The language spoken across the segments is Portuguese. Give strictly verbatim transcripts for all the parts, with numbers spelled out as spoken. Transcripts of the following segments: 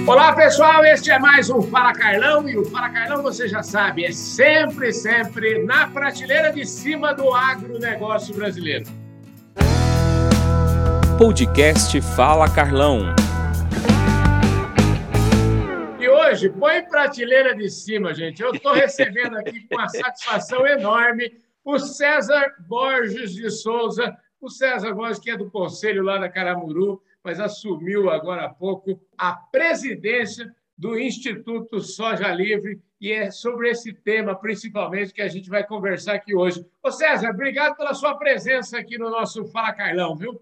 Olá, pessoal, este é mais um Fala Carlão, e o Fala Carlão, você já sabe, é sempre, sempre na prateleira de cima do agronegócio brasileiro. Podcast Fala Carlão. E hoje, põe prateleira de cima, gente. Eu estou recebendo aqui com uma satisfação enorme o César Borges de Souza, o César Borges, que é do Conselho lá da Caramuru, mas assumiu agora há pouco a presidência do Instituto Soja Livre, e é sobre esse tema, principalmente, que a gente vai conversar aqui hoje. Ô César, obrigado pela sua presença aqui no nosso Fala Carlão, viu?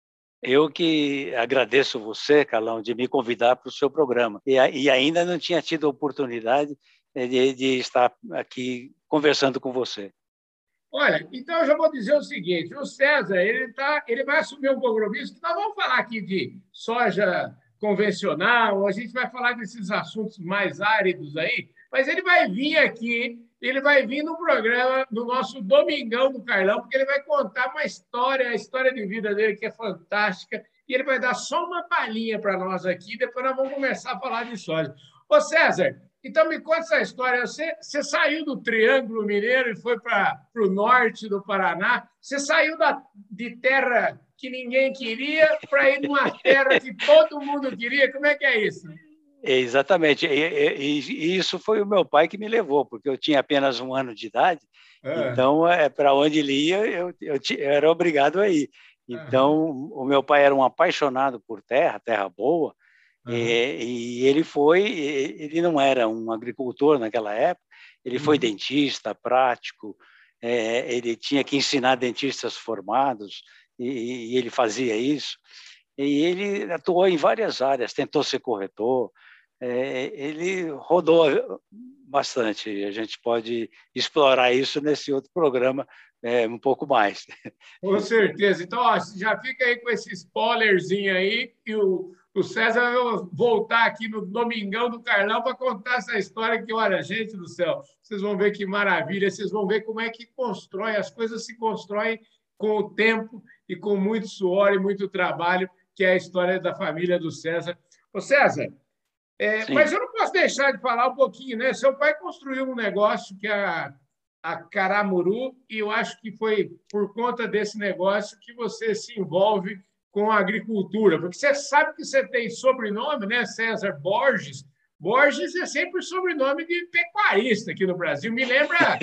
Eu que agradeço você, Carlão, de me convidar para o seu programa. E, e ainda não tinha tido a oportunidade de, de estar aqui conversando com você. Olha, então eu já vou dizer o seguinte, o César ele tá, ele vai assumir um compromisso que nós vamos falar aqui de soja convencional, a gente vai falar desses assuntos mais áridos aí, mas ele vai vir aqui, ele vai vir no programa, no nosso Domingão do Carlão, porque ele vai contar uma história, a história de vida dele que é fantástica, e ele vai dar só uma palhinha para nós aqui, depois nós vamos começar a falar de soja. Ô César, então me conta essa história. Você, você saiu do Triângulo Mineiro e foi para o norte do Paraná. Você saiu da, de terra que ninguém queria para ir numa terra que todo mundo queria. Como é que é isso? Exatamente. E, e, e isso foi o meu pai que me levou, porque eu tinha apenas um ano de idade. É. Então, é, para onde ele ia, eu, eu, eu era obrigado a ir. Então, uhum. O meu pai era um apaixonado por terra, terra boa. Uhum. E, e ele foi, ele não era um agricultor naquela época, ele uhum. foi dentista, prático, é, ele tinha que ensinar dentistas formados, e, e ele fazia isso. E ele atuou em várias áreas, tentou ser corretor, é, ele rodou bastante. A gente pode explorar isso nesse outro programa é, um pouco mais. Com certeza. Então, ó, já fica aí com esse spoilerzinho aí, que o O César vai voltar aqui no Domingão do Carlão para contar essa história que, olha, gente do céu, vocês vão ver que maravilha, vocês vão ver como é que constrói, as coisas se constroem com o tempo e com muito suor e muito trabalho, que é a história da família do César. Ô César, é, mas eu não posso deixar de falar um pouquinho, né? Seu pai construiu um negócio que é a, a Caramuru, e eu acho que foi por conta desse negócio que você se envolve com a agricultura, porque você sabe que você tem sobrenome, né, César Borges. Borges é sempre sobrenome de pecuarista aqui no Brasil. Me lembra,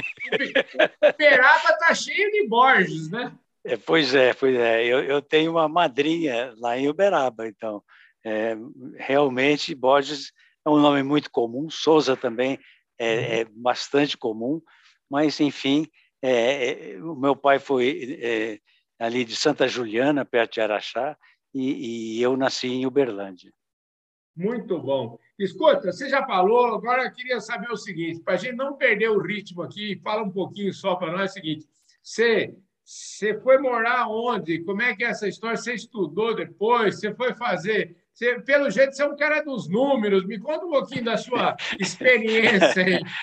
o Uberaba está cheio de Borges, né? É, pois é, pois é. Eu, eu tenho uma madrinha lá em Uberaba, então, é, realmente Borges é um nome muito comum, Souza também é, uhum. é bastante comum, mas, enfim, é, é, o meu pai foi... É, ali de Santa Juliana, perto de Araxá, e, e eu nasci em Uberlândia. Muito bom. Escuta, você já falou, agora eu queria saber o seguinte, para a gente não perder o ritmo aqui, fala um pouquinho só para nós, é o seguinte, você, você foi morar onde? Como é que é essa história? Você estudou depois? Você foi fazer... Você, pelo jeito, você é um cara dos números. Me conta um pouquinho da sua experiência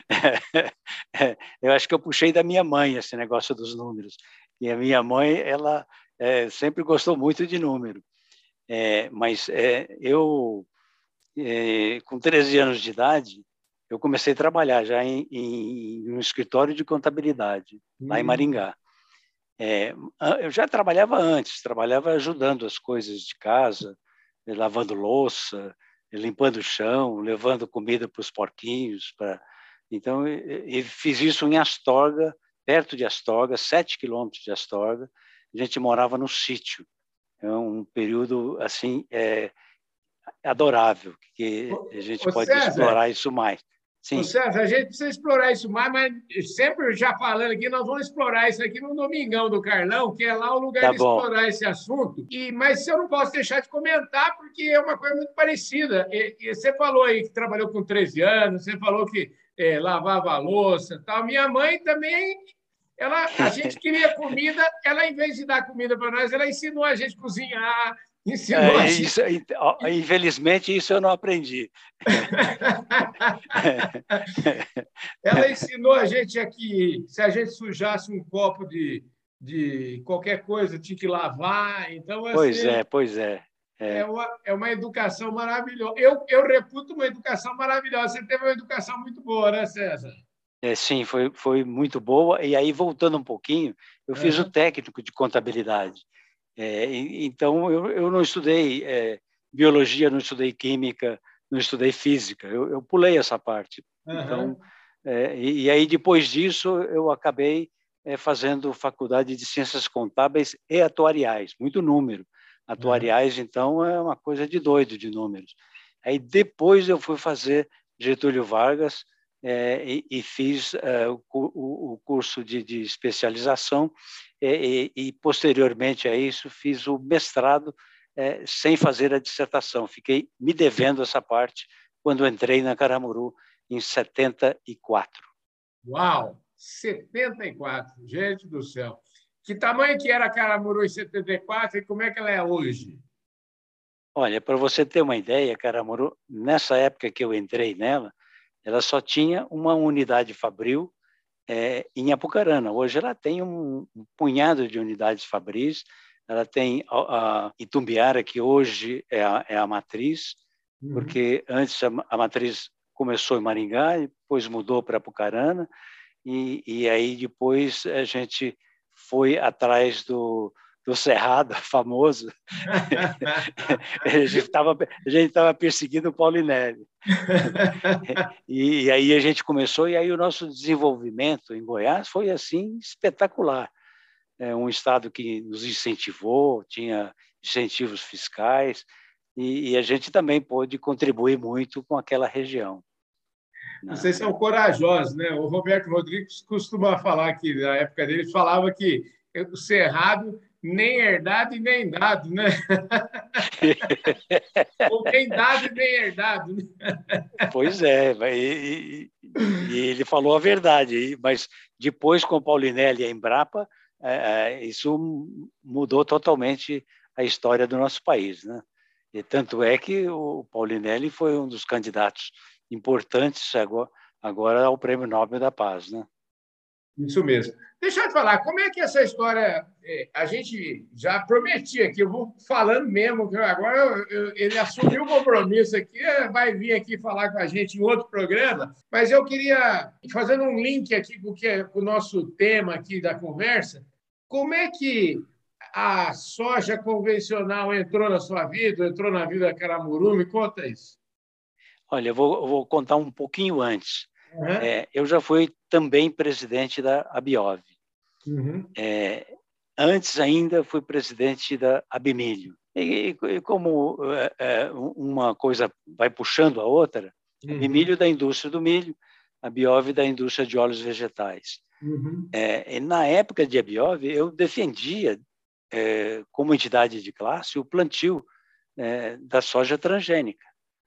aí. Eu acho que eu puxei da minha mãe esse negócio dos números. E a minha mãe, ela é, sempre gostou muito de número. É, mas é, eu, é, com treze anos de idade, eu comecei a trabalhar já em, em, em um escritório de contabilidade, hum. lá em Maringá. É, eu já trabalhava antes, trabalhava ajudando as coisas de casa, lavando louça, limpando o chão, levando comida para os porquinhos. Pra... Então, eu, eu fiz isso em Astorga, perto de Astorga, sete quilômetros de Astorga. A gente morava no sítio. É um período assim é, adorável, que a gente Ô, pode César, explorar isso mais. Sim. Ô, César, a gente precisa explorar isso mais, mas sempre já falando aqui, nós vamos explorar isso aqui no Domingão do Carlão, que é lá o lugar tá de bom. explorar esse assunto. E, mas eu não posso deixar de comentar, porque é uma coisa muito parecida. E, e você falou aí que trabalhou com treze anos, você falou que é, lavava a louça e tal. Minha mãe também... Ela, a gente queria comida, ela, em vez de dar comida para nós, ela ensinou a gente a cozinhar, ensinou é, a gente... Isso, infelizmente, isso eu não aprendi. Ela ensinou a gente aqui, se a gente sujasse um copo de, de qualquer coisa, tinha que lavar. Então, assim, pois é, pois é. É uma, é uma educação maravilhosa. Eu, eu reputo uma educação maravilhosa. Você teve uma educação muito boa, né, César? É, sim, foi, foi muito boa. E aí, voltando um pouquinho, eu fiz o Uhum. técnico de contabilidade. É, e, então, eu, eu não estudei é, biologia, não estudei química, não estudei física. Eu, eu pulei essa parte. Então, Uhum. é, e, e aí, depois disso, eu acabei é, fazendo faculdade de ciências contábeis e atuariais, muito número. Uhum. Atuariais, então, é uma coisa de doido de números. Aí, depois, eu fui fazer Getúlio Vargas, é, e, e fiz é, o, o, o curso de, de especialização e, e, e, posteriormente a isso, fiz o mestrado é, sem fazer a dissertação. Fiquei me devendo essa parte quando entrei na Caramuru em setenta e quatro. Uau! setenta e quatro, gente do céu. Que tamanho que era a Caramuru em setenta e quatro e como é que ela é hoje? Olha, para você ter uma ideia, a Caramuru, nessa época que eu entrei nela, ela só tinha uma unidade fabril é, em Apucarana. Hoje ela tem um, um punhado de unidades fabris, ela tem a, a Itumbiara, que hoje é a, é a matriz, Uhum. porque antes a, a matriz começou em Maringá, depois mudou para Apucarana, e, e aí depois a gente foi atrás do, do Cerrado, famoso. a gente estava perseguindo o Paulinelli. E, e aí a gente começou, e aí o nosso desenvolvimento em Goiás foi assim espetacular. É um estado que nos incentivou, tinha incentivos fiscais, e, e a gente também pôde contribuir muito com aquela região. Vocês Na, são corajosos, né? O Roberto Rodrigues costuma falar que, na época dele, falava que o cerrado nem herdado e nem dado, né? Ou nem dado e nem herdado. Né? Pois é, e, e, ele falou a verdade, mas depois com o Paulinelli e a Embrapa, é, isso mudou totalmente a história do nosso país, né? E tanto é que o Paulinelli foi um dos candidatos importantes agora, agora ao Prêmio Nobel da Paz, né? Isso mesmo. Deixa eu te falar, como é que essa história. A gente já prometia aqui, eu vou falando mesmo, que agora eu, eu, ele assumiu o compromisso aqui, vai vir aqui falar com a gente em outro programa, mas eu queria, fazendo um link aqui com, que, com o nosso tema aqui da conversa, como é que a soja convencional entrou na sua vida, entrou na vida da Caramuru? Me conta isso. Olha, eu vou, eu vou contar um pouquinho antes. Uhum. É, eu já fui também presidente da Abiov. Uhum. É, antes ainda fui presidente da Abimilho. E, e como é, é, uma coisa vai puxando a outra, Uhum. Abimilho da indústria do milho, a Abiov da indústria de óleos vegetais. Uhum. É, na época de Abiov, eu defendia, é, como entidade de classe, o plantio é, da soja transgênica.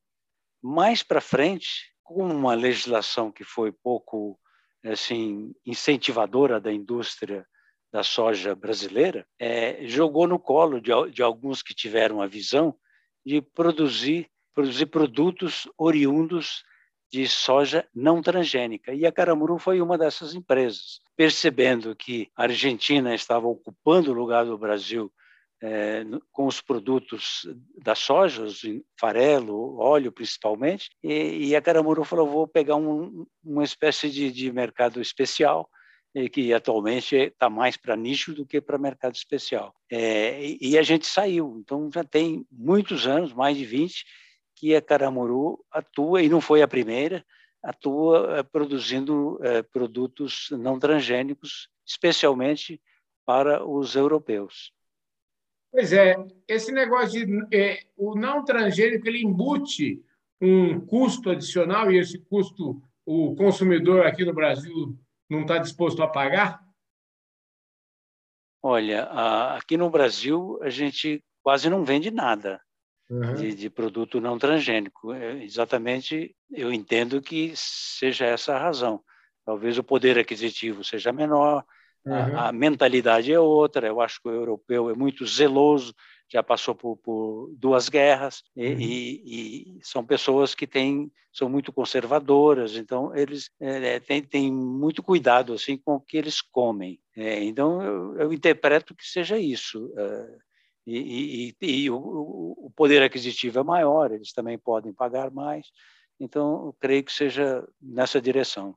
Mais para frente, com uma legislação que foi pouco assim incentivadora da indústria da soja brasileira, é, jogou no colo de, de alguns que tiveram a visão de produzir, produzir produtos oriundos de soja não transgênica. E a Caramuru foi uma dessas empresas. Percebendo que a Argentina estava ocupando o lugar do Brasil é, com os produtos da soja, farelo, óleo principalmente, e, e a Caramuru falou, vou pegar um, uma espécie de, de mercado especial, que atualmente está mais para nicho do que para mercado especial. É, e, e a gente saiu, então já tem muitos anos, mais de vinte, que a Caramuru atua, e não foi a primeira, atua é, produzindo é, produtos não transgênicos, especialmente para os europeus. Pois é, esse negócio de é, o não transgênico ele embute um custo adicional e esse custo o consumidor aqui no Brasil não está disposto a pagar? Olha, aqui no Brasil a gente quase não vende nada de, Uhum. de produto não transgênico. É, exatamente, eu entendo que seja essa a razão. Talvez o poder aquisitivo seja menor, a, a Uhum. mentalidade é outra. Eu acho que o europeu é muito zeloso, já passou por, por duas guerras e, Uhum. e, e são pessoas que têm, são muito conservadoras, então eles é, têm, têm muito cuidado assim com o que eles comem. É, então eu, eu interpreto que seja isso. É, e, e, e o, o poder aquisitivo é maior, eles também podem pagar mais. Então, eu creio que seja nessa direção.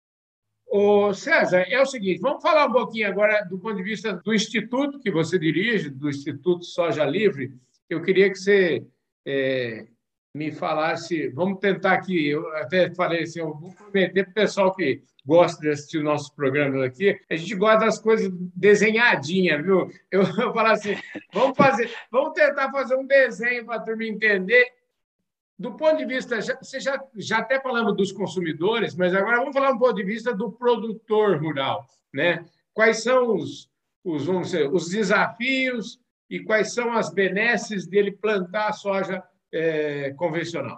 Ô, César, é o seguinte, vamos falar um pouquinho agora do ponto de vista do instituto que você dirige, do Instituto Soja Livre. Eu queria que você é, me falasse, vamos tentar aqui, eu até falei assim, eu vou prometer para o pessoal que gosta de assistir nossos programas aqui, a gente gosta das coisas desenhadinhas, viu? Eu vou falar assim, vamos fazer, vamos tentar fazer um desenho para a turma entender. Do ponto de vista, já, você já, já até falamos dos consumidores, mas agora vamos falar um ponto de vista do produtor rural, né? Quais são os, os, vamos dizer, os desafios e quais são as benesses dele plantar a soja é, convencional?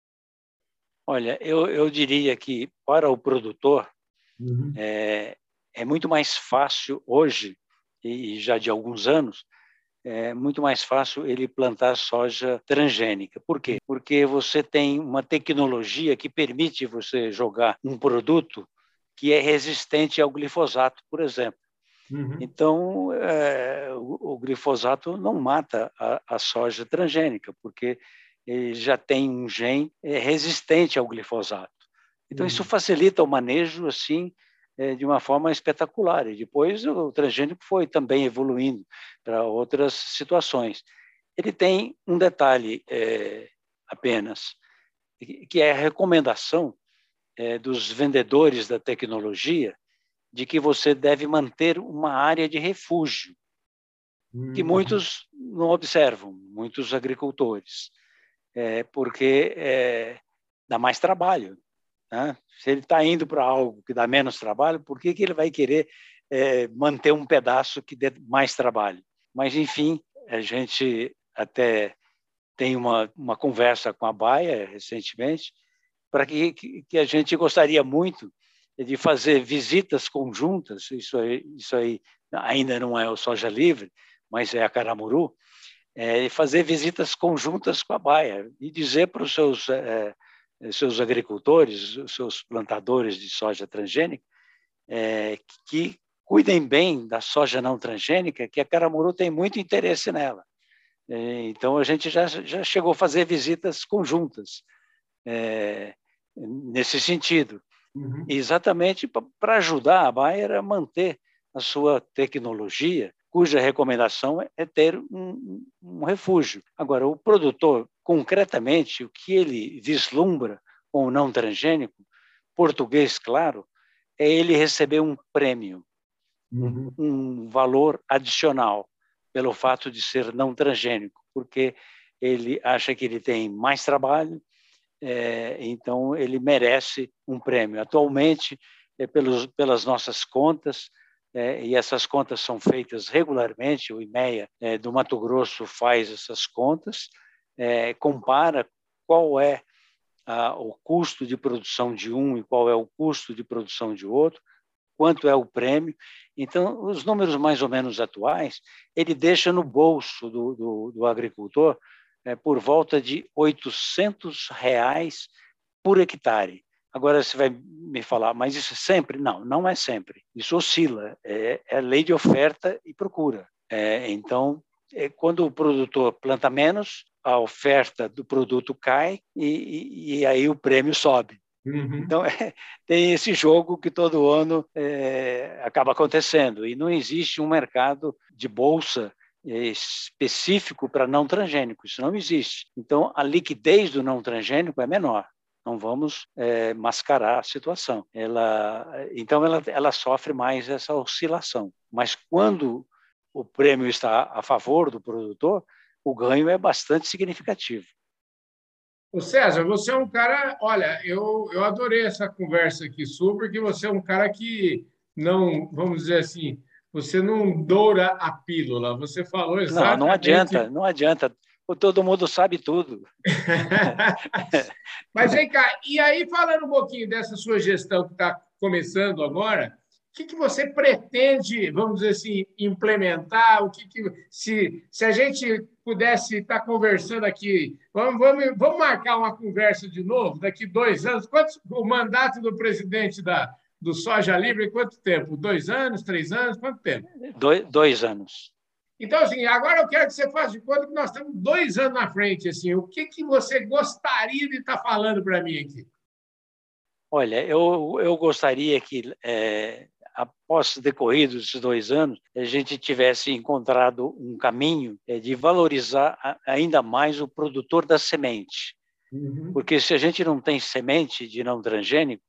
Olha, eu, eu diria que para o produtor Uhum. é, é muito mais fácil hoje, e já de alguns anos, é muito mais fácil ele plantar soja transgênica. Por quê? Porque você tem uma tecnologia que permite você jogar um produto que é resistente ao glifosato, por exemplo. Uhum. Então, é, o, o glifosato não mata a, a soja transgênica, porque ele já tem um gene resistente ao glifosato. Então, isso facilita o manejo, assim, de uma forma espetacular. E depois o transgênico foi também evoluindo para outras situações. Ele tem um detalhe é, apenas, que é a recomendação é, dos vendedores da tecnologia de que você deve manter uma área de refúgio, que muitos não observam, muitos agricultores, é, porque é, dá mais trabalho. Né? Se ele está indo para algo que dá menos trabalho, por que, que ele vai querer é, manter um pedaço que dê mais trabalho? Mas, enfim, a gente até tem uma, uma conversa com a Baia recentemente, para que, que, que a gente gostaria muito de fazer visitas conjuntas, isso aí, isso aí ainda não é o Soja Livre, mas é a Caramuru, é, fazer visitas conjuntas com a Baia e dizer para os seus... É, seus agricultores, seus plantadores de soja transgênica, é, que cuidem bem da soja não transgênica, que a Caramuru tem muito interesse nela. É, então, a gente já, já chegou a fazer visitas conjuntas é, nesse sentido, Uhum. exatamente para ajudar a Bayer a manter a sua tecnologia, cuja recomendação é ter um, um refúgio. Agora, o produtor, concretamente, o que ele vislumbra com o não transgênico, português, claro, é ele receber um prêmio, Uhum. um, um valor adicional pelo fato de ser não transgênico, porque ele acha que ele tem mais trabalho, é, então ele merece um prêmio. Atualmente, é, pelos, pelas nossas contas, É, e essas contas são feitas regularmente, o IMEA é, do Mato Grosso faz essas contas, é, compara qual é a, o custo de produção de um e qual é o custo de produção de outro, quanto é o prêmio. Então, os números mais ou menos atuais, ele deixa no bolso do, do, do agricultor é, por volta de oitocentos reais por hectare. Agora você vai me falar, mas isso é sempre? Não, não é sempre. Isso oscila, é, é lei de oferta e procura. É, então, é, quando o produtor planta menos, a oferta do produto cai e, e, e aí o prêmio sobe. Uhum. Então, é, tem esse jogo que todo ano é, acaba acontecendo. E não existe um mercado de bolsa específico para não transgênico. Isso não existe. Então, a liquidez do não transgênico é menor. Não vamos é, mascarar a situação. Ela, então, ela, ela sofre mais essa oscilação. Mas quando o prêmio está a favor do produtor, o ganho é bastante significativo. Ô César, você é um cara. Olha, eu, eu adorei essa conversa aqui sua, porque você é um cara que não, vamos dizer assim, você não doura a pílula, você falou Não, não exatamente. adianta, não adianta. Todo mundo sabe tudo. Mas vem cá, e aí, falando um pouquinho dessa sua gestão que está começando agora, o que, que você pretende, vamos dizer assim, implementar? O que, que se, se a gente pudesse estar conversando aqui, vamos, vamos, vamos marcar uma conversa de novo daqui dois anos? Quantos, o mandato do presidente da, do Soja Livre, quanto tempo? Dois anos, três anos? Quanto tempo? Dois, dois anos. Então, assim, agora eu quero que você faça de conta que nós estamos dois anos na frente. Assim, o que, que você gostaria de estar falando para mim aqui? Olha, eu, eu gostaria que, é, após decorridos esses dois anos, a gente tivesse encontrado um caminho é, de valorizar ainda mais o produtor da semente. Uhum. Porque se a gente não tem semente de não transgênico,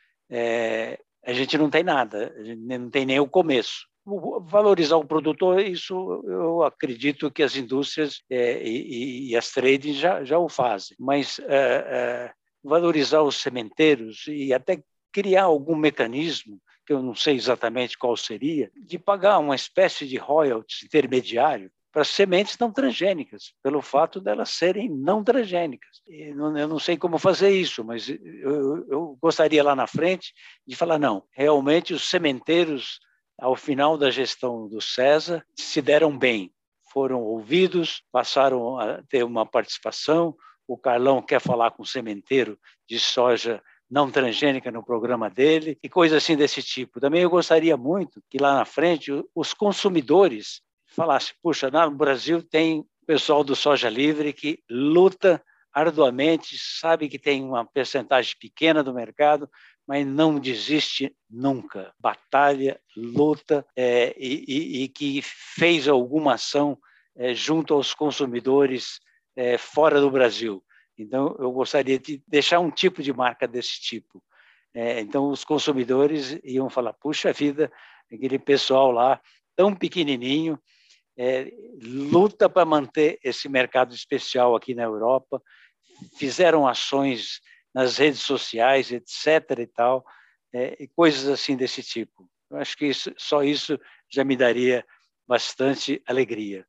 é, a gente não tem nada, a gente não tem nem o começo. Valorizar o produtor, isso eu acredito que as indústrias é, e, e as trades já, já o fazem. Mas é, é, valorizar os sementeiros e até criar algum mecanismo, que eu não sei exatamente qual seria, de pagar uma espécie de royalties intermediário para sementes não transgênicas, pelo fato delas serem não transgênicas. E não, eu não sei como fazer isso, mas eu, eu gostaria lá na frente de falar, não, realmente os sementeiros, ao final da gestão do César, se deram bem, foram ouvidos, passaram a ter uma participação. O Carlão quer falar com o sementeiro de soja não transgênica no programa dele e coisas assim desse tipo. Também eu gostaria muito que lá na frente os consumidores falassem, puxa, no Brasil tem pessoal do Soja Livre que luta arduamente, sabe que tem uma percentagem pequena do mercado, mas não desiste nunca. Batalha, luta é, e, e, e que fez alguma ação é, junto aos consumidores é, fora do Brasil. Então, eu gostaria de deixar um tipo de marca desse tipo. É, então, os consumidores iam falar, puxa vida, aquele pessoal lá, tão pequenininho, é, luta para manter esse mercado especial aqui na Europa, fizeram ações nas redes sociais, etc. e tal, é, e coisas assim desse tipo. Eu acho que isso, só isso já me daria bastante alegria.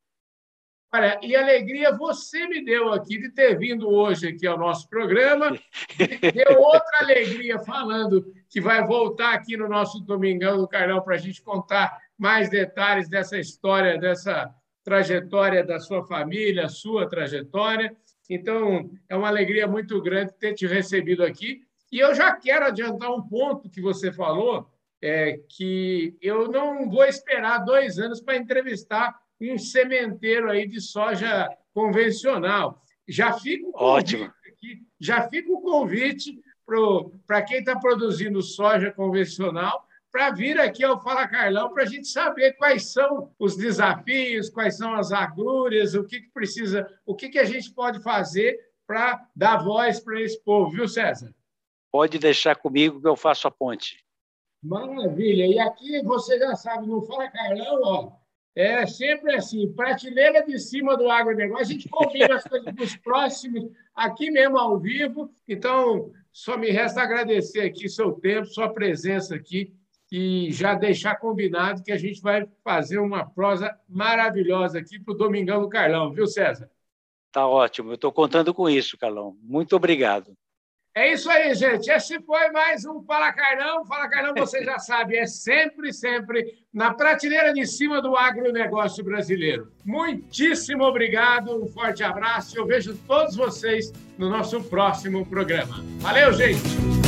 Olha, e alegria você me deu aqui de ter vindo hoje aqui ao nosso programa. Deu outra alegria falando que vai voltar aqui no nosso Domingão do Carlão para a gente contar mais detalhes dessa história, dessa trajetória da sua família, sua trajetória. Então, é uma alegria muito grande ter te recebido aqui. E eu já quero adiantar um ponto que você falou, é, que eu não vou esperar dois anos para entrevistar um sementeiro aí de soja convencional. Já fica o convite Ótimo. aqui, já fica o convite para quem está produzindo soja convencional para vir aqui ao Fala Carlão para a gente saber quais são os desafios, quais são as agruras, o que, que precisa, o que, que a gente pode fazer para dar voz para esse povo, viu, César? Pode deixar comigo que eu faço a ponte. Maravilha. E aqui você já sabe, no Fala Carlão, ó, é sempre assim, prateleira de cima do agronegócio, a gente combina as coisas dos próximos, aqui mesmo ao vivo. Então, só me resta agradecer aqui seu tempo, sua presença aqui e já deixar combinado que a gente vai fazer uma prosa maravilhosa aqui para o Domingão do Carlão, viu, César? Tá ótimo, eu estou contando com isso, Carlão. Muito obrigado. É isso aí, gente. Esse foi mais um Fala Carlão. Fala Carlão, você já sabe, é sempre, sempre na prateleira de cima do agronegócio brasileiro. Muitíssimo obrigado, um forte abraço e eu vejo todos vocês no nosso próximo programa. Valeu, gente!